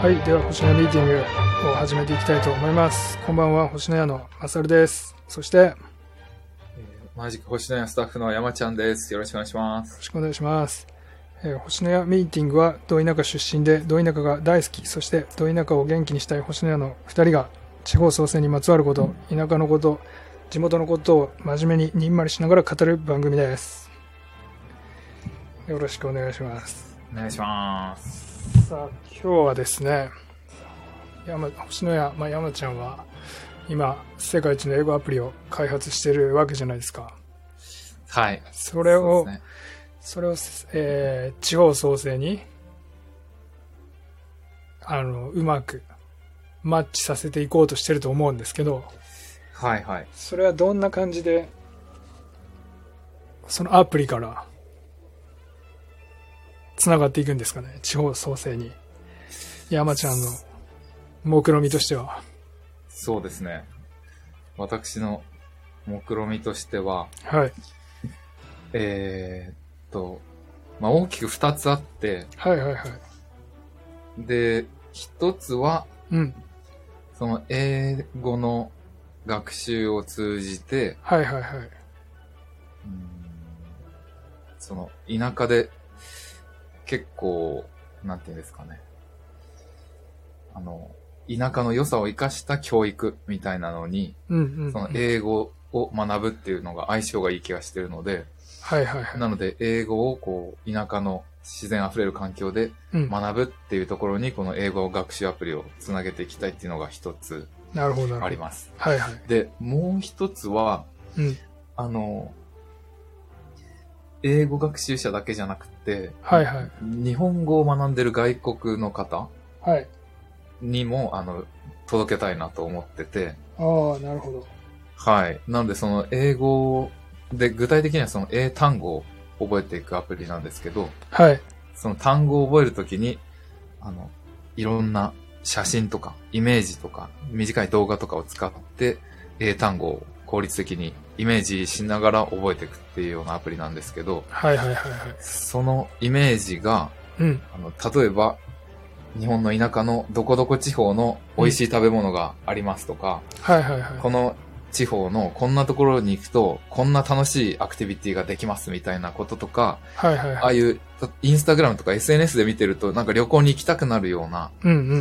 はい、では星のやミーティングを始めていきたいと思います。こんばんは、星のやのまさるです。そして、 同じく星のやスタッフの山ちゃんです。よろしくお願いします。 よろしくお願いします。星のやミーティングは、ど田舎出身で、ど田舎が大好き、そしてど田舎を元気にしたい星のやの2人が、地方創生にまつわること、田舎のこと、地元のことを真面目ににんまりしながら語る番組です。よろしくお願いします。 お願いします。 さあ、今日はですね、星のや、山ちゃんは今世界一の英語アプリを開発しているわけじゃないですか。 はい。 それを地方創生にうまくマッチさせていこうとしてると思うんですけど、 はいはい。 それはどんな感じでそのアプリからつながっていくんですかね、地方創生に。山ちゃんの目論見としては。 そうですね。私の目論見としては、 はい。 大きく2つあって、 はいはいはい。 で、1つは、その英語の学習を通じて、 はいはいはい。 その田舎で結構、なんていうんですかね。田舎の良さを生かした教育みたいなのに、その英語を学ぶっていうのが相性がいい気がしてるので、 はいはいはい。 なので英語をこう田舎の自然あふれる環境で学ぶっていうところにこの英語学習アプリをつなげていきたいっていうのが一つあります。 はいはい。 で、もう一つは、英語学習者だけじゃなくて、 はいはい、 日本語を学んでる外国の方にも、届けたいなと思ってて。 ああ、なるほど。 はい。なので、その英語で、具体的にはその英単語を覚えていくアプリなんですけど、 はい。 その単語を覚えるときに、いろんな写真とか、イメージとか、短い動画とかを使って、英単語を効率的にイメージしながら覚えていくっていうようなアプリなんですけど、 はいはいはいはい。 そのイメージが、例えば、日本の田舎のどこどこ地方の美味しい食べ物がありますとか、この地方のこんなところに行くとこんな楽しいアクティビティができますみたいなこととか、ああいうインスタグラムとか SNS で見てるとなんか旅行に行きたくなるような、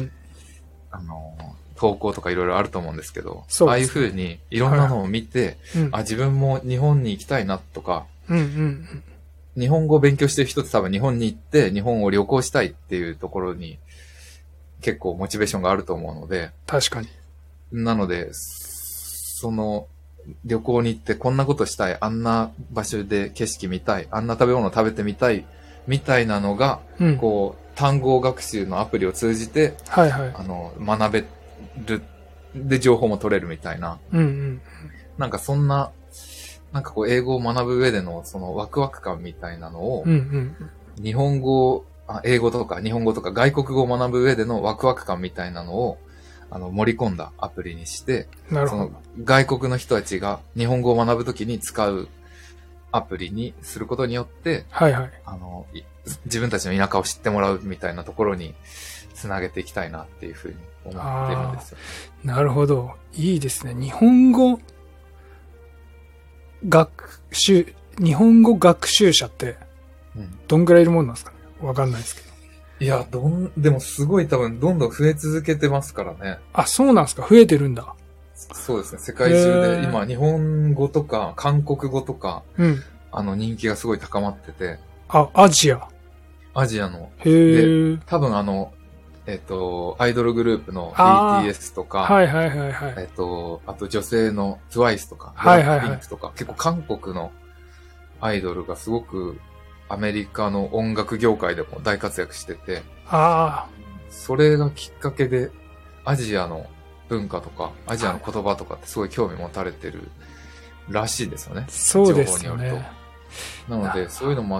投稿とかいろいろあると思うんですけど、ああいう風にいろんなのを見て、自分も日本に行きたいなとか、日本語を勉強してる人って多分日本に行って日本を旅行したいっていうところに結構モチベーションがあると思うので。 確かに。 なので、その旅行に行ってこんなことしたい、あんな場所で景色見たい、あんな食べ物食べてみたい、みたいなのが、こう、単語学習のアプリを通じて、学べる、で、情報も取れるみたいな。なんかそんな、なんかこう、英語を学ぶ上でのそのワクワク感みたいなのを、日本語、英語とか日本語とか外国語を学ぶ上でのワクワク感みたいなのを、盛り込んだアプリにして、その外国の人たちが日本語を学ぶときに使うアプリにすることによって、自分たちの田舎を知ってもらうみたいなところにつなげていきたいなっていうふうに思ってるんですよ。 なるほど。いいですね。日本語学習者って、どんぐらいいるもんなんですかね。わかんないですけど。 いや、でもすごい多分どんどん増え続けてますからね。 あ、そうなんですか。増えてるんだ。 そうですね。世界中で今日本語とか韓国語とか、人気がすごい高まってて。 アジアの。で、多分アイドルグループの BTS とか、あと女性の TWICE とか、BLACKPINK とか、結構韓国のアイドルがすごくアメリカの音楽業界でも大活躍してて、それがきっかけでアジアの文化とか、アジアの言葉とかってすごい興味持たれてるらしいですよね。 そうですよね。 情報によると。なので、そういうのもあって、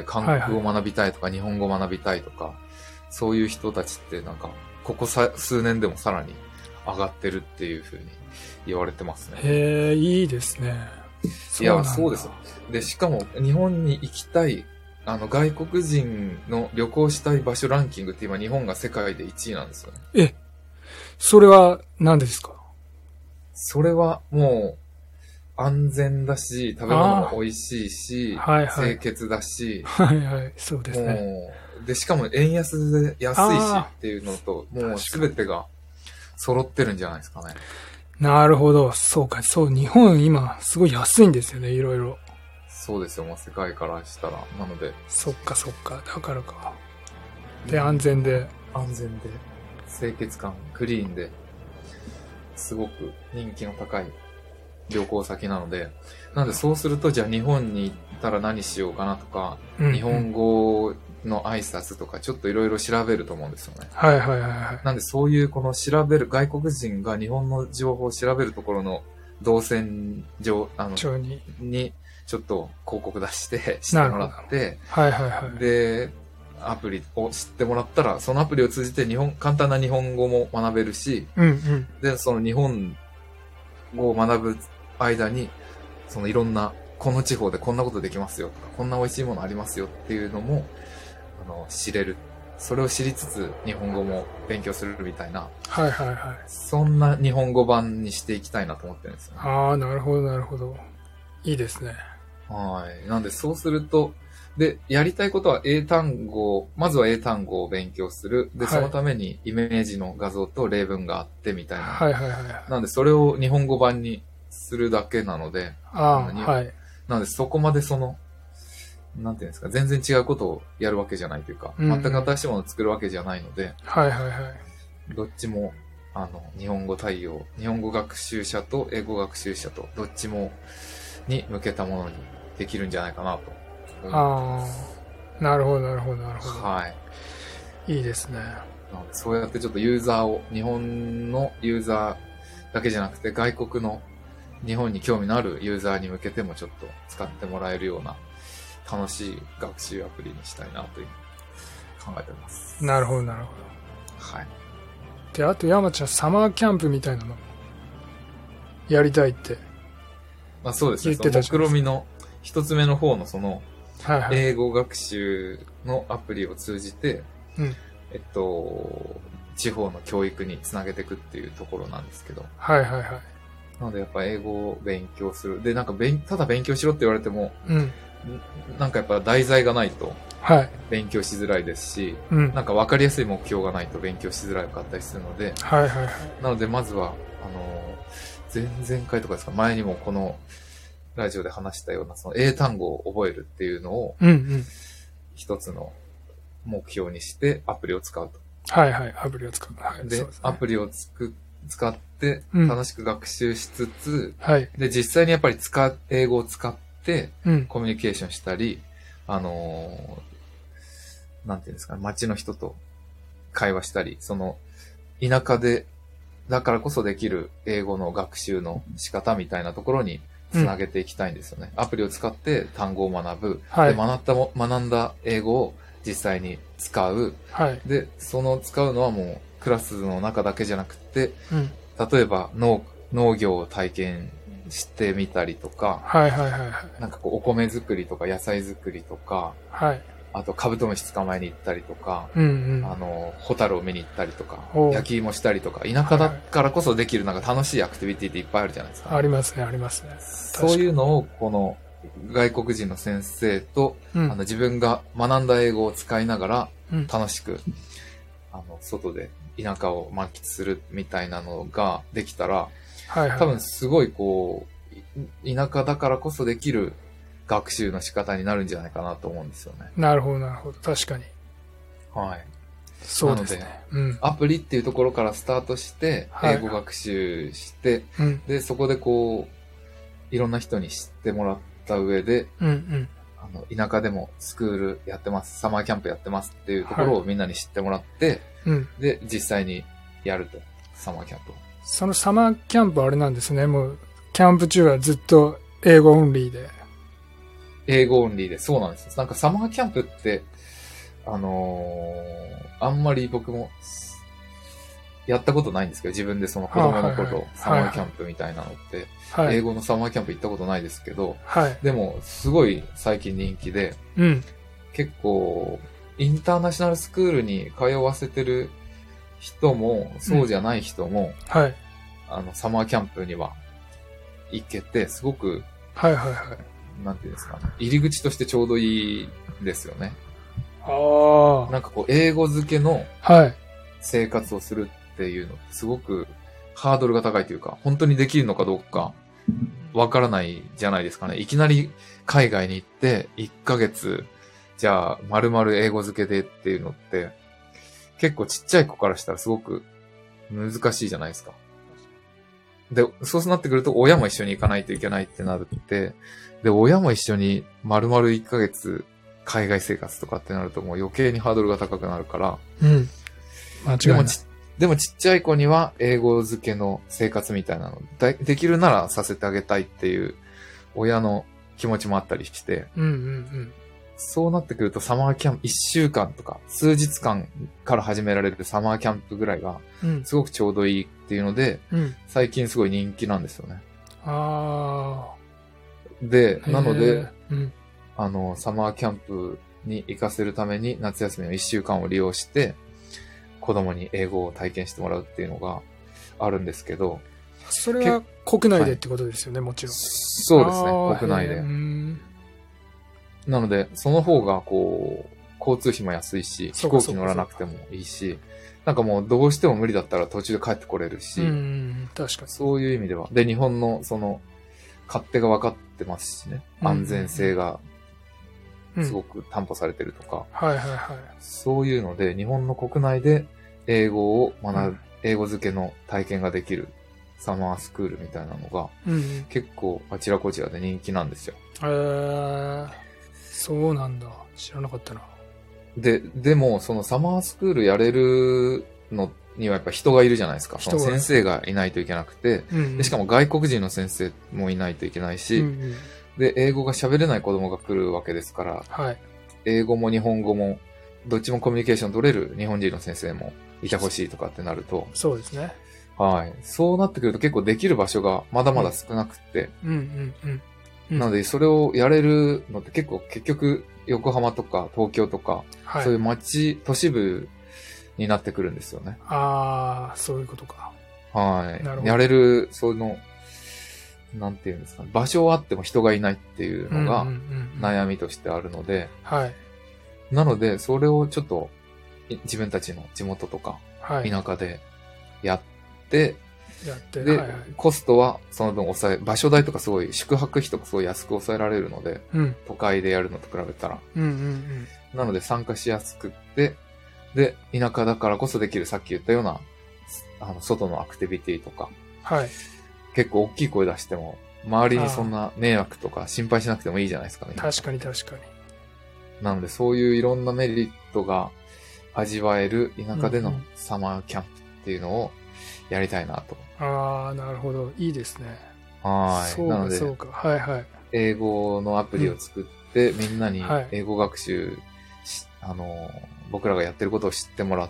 韓国語を学びたいとか、日本語を学びたいとか、そういう人たちってなんか、ここ数年でもさらに上がってるっていう風に言われてますね。 へえ、いいですね。 いや、そうです。で、しかも日本に行きたい外国人の旅行したい場所ランキングって今日本が世界で1位なんですよね。 え、それは何でですか？ それはもう安全だし、食べ物も美味しいし、 はいはい、 清潔だし、 はいはい、そうですね。 で、しかも円安で安いしっていうのと、もうすべてが揃ってるんじゃないですかね。 なるほど。そうか。そう、日本今すごい安いんですよね、いろいろ。 そうですよ、もう世界からしたら。なので。 そっかそっか。だからか。で、安全で。 安全で、清潔感、クリーンで、すごく人気の高い旅行先なので、なのでそうすると、じゃあ日本に行ったら何しようかなとか、日本語の挨拶とかちょっといろいろ調べると思うんですよね。 はいはいはいはい。 なんでそういうこの調べる、外国人が日本の情報を調べるところの動線上、にちょっと広告出して知ってもらって、 はいはいはい。 で、アプリを知ってもらったら、そのアプリを通じて簡単な日本語も学べるし、で、その日本語を学ぶ間に、そのいろんな、この地方でこんなことできますよとか、こんな美味しいものありますよっていうのも、知れる。それを知りつつ、日本語も勉強するみたいな。 はいはいはい。 そんな日本語版にしていきたいなと思ってるんですよね。 ああ、なるほどなるほど。いいですね。 はい。なんでそうすると、で、やりたいことはまずは英単語を勉強する。で、そのためにイメージの画像と例文があってみたいな。 はいはいはい。 なんでそれを日本語版にするだけなので。 はい。 なのでそこまでなんていうんですか、全然違うことをやるわけじゃないというか、全く新しいものを作るわけじゃないので。 はいはいはい。 どっちも、日本語対応、日本語学習者と英語学習者と、どっちもに向けたものにできるんじゃないかなと。 ああ、なるほどなるほどなるほど。 はい。 いいですね。 そうやってちょっとユーザーを、日本のユーザーだけじゃなくて、外国の日本に興味のあるユーザーに向けてもちょっと使ってもらえるような楽しい学習アプリにしたいなという考えております。 なるほどなるほど。はい。 で、あと山ちゃんサマーキャンプみたいなのやりたいって。 まあそうですね。その目論みの一つ目の方の英語学習のアプリを通じて、地方の教育につなげていくっていうところなんですけど。 はいはいはい。 なのでやっぱ英語を勉強する。で、なんかただ勉強しろって言われても、なんかやっぱ題材がないと勉強しづらいですし、なんか分かりやすい目標がないと勉強しづらかったりするので、なのでまずは、前々回とかですか、前にもこのラジオで話したようなその英単語を覚えるっていうのを、一つの目標にしてアプリを使うと。 はいはい、アプリを使う。はい、 で、アプリを使って楽しく学習しつつ、で、実際にやっぱり英語を使ってコミュニケーションしたり、なんていうんですかね、街の人と会話したり、田舎で、だからこそできる英語の学習の仕方みたいなところにつなげていきたいんですよね。アプリを使って単語を学ぶ。で、学んだ英語を実際に使う。で、使うのはもうクラスの中だけじゃなくて、例えば農業を体験してみたりとか、なんかお米作りとか野菜作りとか、あとカブトムシ捕まえに行ったりとか、ホタルを見に行ったりとか、焼き芋したりとか、田舎だからこそできるなんか楽しいアクティビティっていっぱいあるじゃないですか。 ありますね、ありますね。 そういうのをこの外国人の先生と、自分が学んだ英語を使いながら楽しく、外で田舎を満喫するみたいなのができたら、多分すごい田舎だからこそできる学習の仕方になるんじゃないかなと思うんですよね。 なるほど、なるほど。確かに。 はい。 そうですね。 アプリっていうところからスタートして、英語学習して、で、そこでいろんな人に知ってもらった上で、田舎でもスクールやってます、サマーキャンプやってますっていうところをみんなに知ってもらって、で、実際にやると、サマーキャンプを。 そのサマーキャンプはあれなんですね。もう、キャンプ中はずっと英語オンリーで。 英語オンリーで、そうなんです。なんかサマーキャンプって、あんまり僕も、やったことないんですけど、自分で子供の頃、サマーキャンプみたいなのって、英語のサマーキャンプ行ったことないですけど、でも、すごい最近人気で、 結構、インターナショナルスクールに通わせてる人も、そうじゃない人も、 はい。 サマーキャンプには行けて、すごく、 はいはいはい。 なんていうんですかね、入り口としてちょうどいいですよね。 ああ。 なんかこう、英語付けのはい。 生活をするっていうのってすごくハードルが高いというか、本当にできるのかどうかわからないじゃないですかね。いきなり海外に行って1ヶ月、じゃあ丸々英語付けでっていうのって、結構ちっちゃい子からしたらすごく難しいじゃないですか。で、そうなってくると親も一緒に行かないといけないってなるって、で、親も一緒に丸々1ヶ月海外生活とかってなるともう余計にハードルが高くなるから、 うん。間違いない。 でもちっちゃい子には英語付けの生活みたいなのできるならさせてあげたいっていう親の気持ちもあったりして、 うんうんうん。 そうなってくるとサマーキャンプ1週間とか数日間から始められるサマーキャンプぐらいがすごくちょうどいいっていうので、 うん、 最近すごい人気なんですよね。 ああ。 で、なので、 うん、 サマーキャンプに行かせるために夏休みの1週間を利用して子供に英語を体験してもらうっていうのがあるんですけど、 それは国内でってことですよね、もちろん。 そうですね、国内で。なので、その方がこう、交通費も安いし、飛行機乗らなくてもいいし、なんかもうどうしても無理だったら途中で帰ってこれるし、 確かに。 そういう意味では。で、日本のその、勝手が分かってますしね、安全性がすごく担保されてるとか、 はいはいはい。 そういうので、日本の国内で英語を学ぶ、英語付けの体験ができるサマースクールみたいなのが、結構あちらこちらで人気なんですよ。 そうなんだ。知らなかったな。 でも、そのサマースクールやれるのにはやっぱ人がいるじゃないですか。その先生がいないといけなくて、でしかも外国人の先生もいないといけないし、で、英語が喋れない子供が来るわけですから、 はい、 英語も日本語も、どっちもコミュニケーション取れる日本人の先生もいてほしいとかってなると、 そうですね。 はい。そうなってくると結構できる場所がまだまだ少なくって、なのでそれをやれるのって結局横浜とか東京とか、はい、そういう都市部になってくるんですよね。 ああ、そういうことか。 はい。やれる、なんていうんですかね、場所はあっても人がいないっていうのが悩みとしてあるので、 はい。 なので、それをちょっと自分たちの地元とか、田舎でやって、で、コストはその分場所代とかすごい、宿泊費とかすごい安く抑えられるので、都会でやるのと比べたら。なので参加しやすくって、で、田舎だからこそできるさっき言ったような、外のアクティビティとか、 はい。 結構大きい声出しても、周りにそんな迷惑とか心配しなくてもいいじゃないですかね。 確かに確かに。 なので、そういういろんなメリットが味わえる田舎でのサマーキャンプっていうのをやりたいなと。 ああ、なるほど。いいですね。 はい。なので、 そうか。はいはい。 英語のアプリを作って、みんなに英語学習、僕らがやってることを知ってもらって、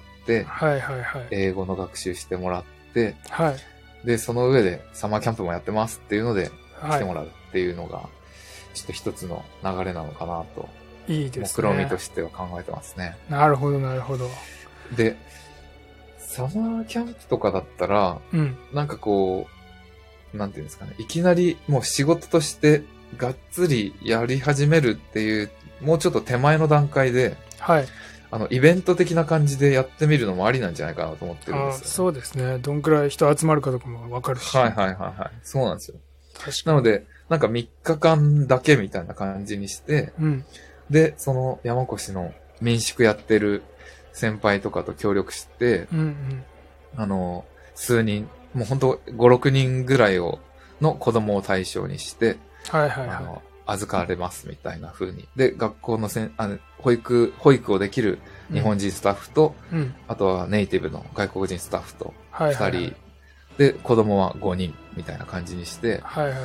英語の学習してもらって、 はい。 で、その上でサマーキャンプもやってますっていうので来てもらうっていうのが、ちょっと一つの流れなのかなと。 いいですね。 目論見としては考えてますね。 なるほど、なるほど。 で、サマーキャンプとかだったら、なんかこう、なんていうんですかね、いきなりもう仕事としてがっつりやり始めるっていう、もうちょっと手前の段階で、 はい。 イベント的な感じでやってみるのもありなんじゃないかなと思ってるんですよ。 そうですね。どんくらい人集まるかとかもわかるし。 はい。そうなんですよ。なので、なんか3日間だけみたいな感じにして、で、その山越の民宿やってる先輩とかと協力して、数人、もう本当5、6人ぐらいの子供を対象にして、預かれますみたいな風に。で、学校の保育をできる日本人スタッフと、あとはネイティブの外国人スタッフと2人、で、子供は5人みたいな感じにして、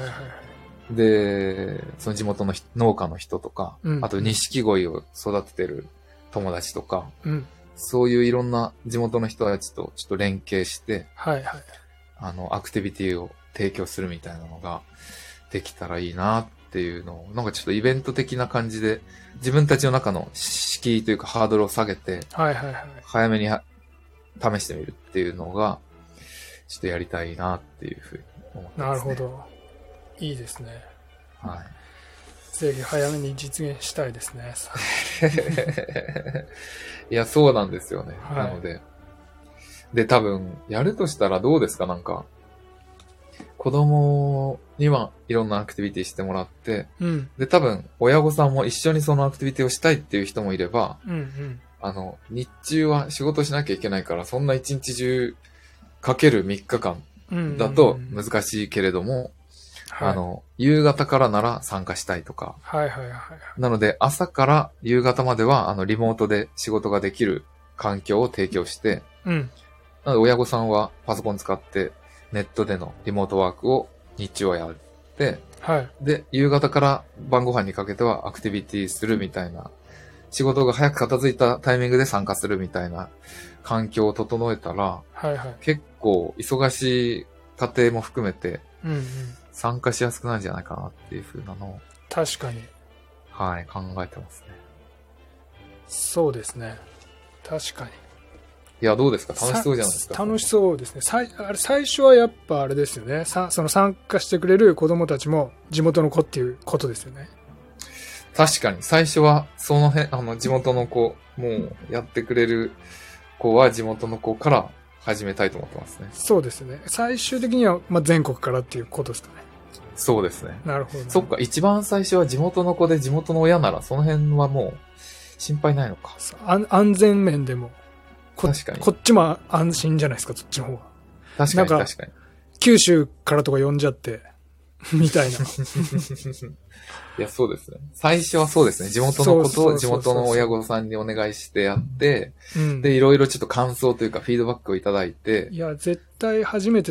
で、その地元の農家の人とか、あと錦鯉を育ててる友達とか、そういういろんな地元の人たちとちょっと連携して、アクティビティを提供するみたいなのができたらいいなっっていうのを、なんかちょっとイベント的な感じで、自分たちの中の敷居というかハードルを下げて、 はいはいはい。 早めに試してみるっていうのが、ちょっとやりたいなっていうふうに思ってますね。 なるほど。いいですね。 はい。 ぜひ早めに実現したいですね。 いや、そうなんですよね。 はい、 なので。で、多分、やるとしたらどうですか？なんか、子供にはいろんなアクティビティしてもらって、 うん、 で、多分、親御さんも一緒にそのアクティビティをしたいっていう人もいれば、 うんうん、 日中は仕事しなきゃいけないから、そんな一日中かける3日間だと難しいけれども、夕方からなら参加したいとか、 はいはいはい。 なので、朝から夕方までは、リモートで仕事ができる環境を提供して、 うん。 なので、親御さんはパソコン使って、ネットでのリモートワークを日中はやって、 はい。 で、夕方から晩ご飯にかけてはアクティビティするみたいな、仕事が早く片付いたタイミングで参加するみたいな環境を整えたら、 はいはい。 結構忙しい家庭も含めて、 うんうん。 参加しやすくなるんじゃないかなっていう風なのを、 確かに。 はい、考えてますね。 そうですね。確かに。 いや、どうですか？楽しそうじゃないですか？ 楽しそうですね。最初はやっぱあれですよね。その参加してくれる子供たちも地元の子っていうことですよね。 確かに、最初は、その辺、地元の子、もうやってくれる子は地元の子から始めたいと思ってますね。 そうですね。最終的には、全国からっていうことですかね。 そうですね。 なるほど。 そっか、一番最初は地元の子で地元の親なら、その辺はもう、心配ないのか。 安全面でも。 確かに。 こっちも安心じゃないですか、そっちの方が。 確かに、確かに。 九州からとか呼んじゃって、みたいな。 いや、そうですね。最初はそうですね。地元の子と地元の親御さんにお願いしてやって、で、いろいろちょっと感想というかフィードバックをいただいて。 いや、絶対初めてって、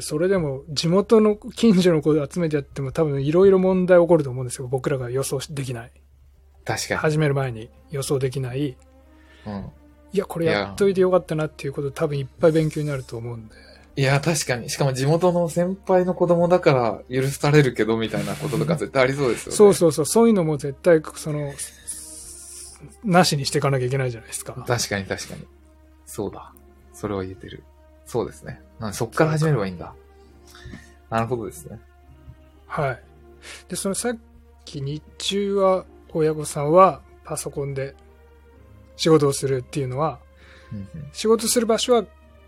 それでも地元の近所の子で集めてやっても多分いろいろ問題起こると思うんですよ。僕らが予想できない。 確かに。 始める前に予想できない。 うん。 いや、これやっといてよかったなっていうこと多分いっぱい勉強になると思うんで。 いや、確かに。しかも地元の先輩の子供だから許されるけどみたいなこととか絶対ありそうですよね。 そうそうそう。そういうのも絶対、なしにしていかなきゃいけないじゃないですか。 確かに確かに。そうだ。それは言えてる。そうですね。そっから始めればいいんだ。なるほどですね。 はい。で、さっき日中は親御さんはパソコンで仕事をするっていうのは、仕事する場所は、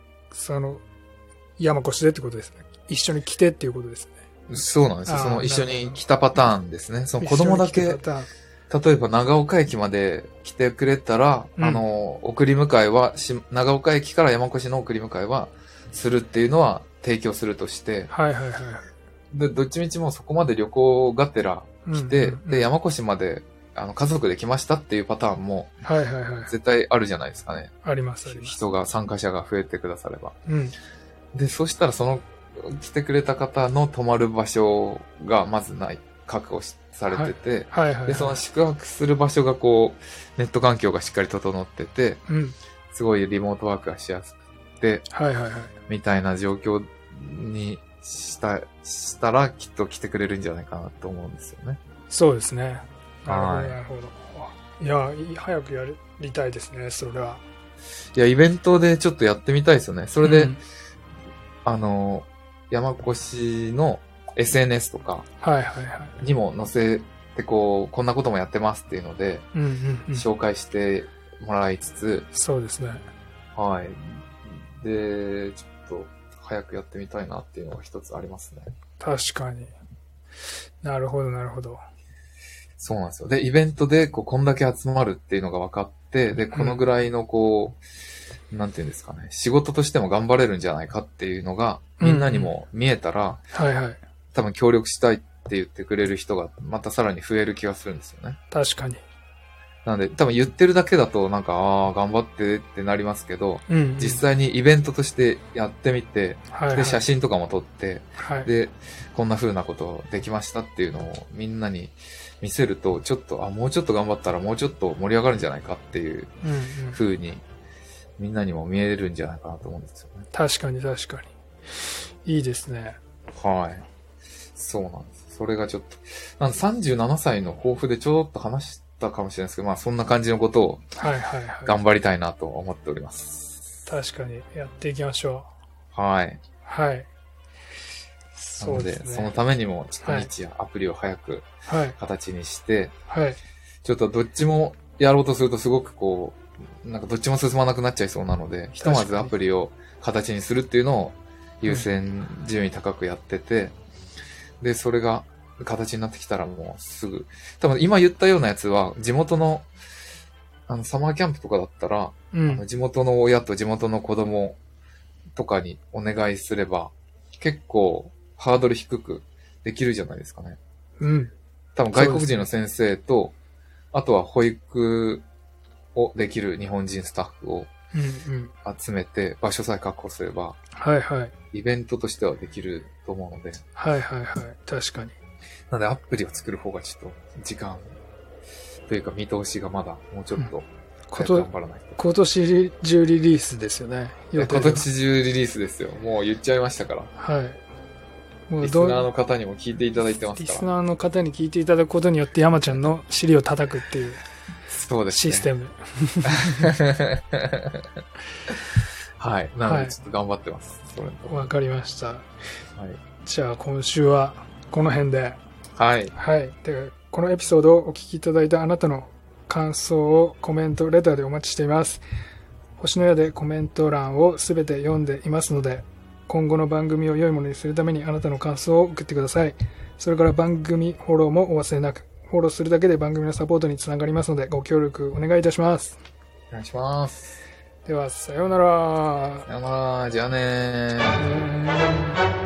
山越しでってことですね。一緒に来てっていうことですね。 そうなんですよ。一緒に来たパターンですね。その子供だけ、例えば長岡駅まで来てくれたら、送り迎えは、長岡駅から山越しの送り迎えはするっていうのは提供するとして、 はいはいはい。 で、どっちみちもそこまで旅行がてら来て、で、山越しまで家族で来ましたっていうパターンも、 はいはいはい。 絶対あるじゃないですかね。 ありますあります。 参加者が増えてくだされば。 うん。 で、そしたら来てくれた方の泊まる場所がまず確保されてて、で、その宿泊する場所がネット環境がしっかり整ってて、すごいリモートワークがしやすくて、みたいな状況にしたらきっと来てくれるんじゃないかなと思うんですよね。 そうですね。なるほど。いや、早くやりたいですね、それは。 いや、イベントでちょっとやってみたいですよね。それで、山越の SNS とかにも載せてこんなこともやってますっていうので、紹介してもらいつつ、 そうですね。 はい。で、ちょっと早くやってみたいなっていうのが一つありますね。 確かに。なるほど、なるほど。 そうなんですよ。で、イベントでこんだけ集まるっていうのが分かって、で、このぐらいのなんていうんですかね、仕事としても頑張れるんじゃないかっていうのが、みんなにも見えたら、多分協力したいって言ってくれる人が、またさらに増える気がするんですよね。 確かに。 なので、多分言ってるだけだと、なんか、頑張ってってなりますけど、実際にイベントとしてやってみて、で、写真とかも撮って、で、こんな風なことできましたっていうのをみんなに見せると、ちょっと、もうちょっと頑張ったらもうちょっと盛り上がるんじゃないかっていう風に、みんなにも見えるんじゃないかなと思うんですよね。 確かに確かに。いいですね。 はい。そうなんです。 それがちょっと、なん37歳の抱負でちょっと話したかもしれないですけど、まあそんな感じのことを頑張りたいなと思っております。 確かにやっていきましょう。はい。 はい。 そうですね。なので、そのためにも、ちょっと日夜アプリを早く形にして、 はい。 ちょっとどっちもやろうとするとすごくこう、なんかどっちも進まなくなっちゃいそうなので、ひとまずアプリを形にするっていうのを優先順位高くやってて、で、それが形になってきたらもうすぐ、多分今言ったようなやつは、地元の、サマーキャンプとかだったら、地元の親と地元の子供とかにお願いすれば、結構ハードル低くできるじゃないですかね。多分外国人の先生と、あとは保育をできる日本人スタッフを集めて場所さえ確保すれば、イベントとしてはできると思うので。 確かに。 なのでアプリを作る方がちょっと時間というか見通しがまだもうちょっと頑張らないと。 今年中リリースですよね。 今年中リリースですよ。もう言っちゃいましたから。もうリスナーの方にも聞いていただいてますから。 リスナーの方に聞いていただくことによって山ちゃんの尻を叩くっていうシステム。 はい。なのでちょっと頑張ってます。 わかりました。じゃあ今週はこの辺で。で、このエピソードをお聞きいただいたあなたの感想をコメント、レターでお待ちしています。星のやでコメント欄をすべて読んでいますので、今後の番組を良いものにするためにあなたの感想を送ってください。それから番組フォローもお忘れなく。フォローするだけで番組のサポートにつながりますので、ご協力お願いいたします。 お願いします。 では、さようなら。 さようなら。じゃあねー。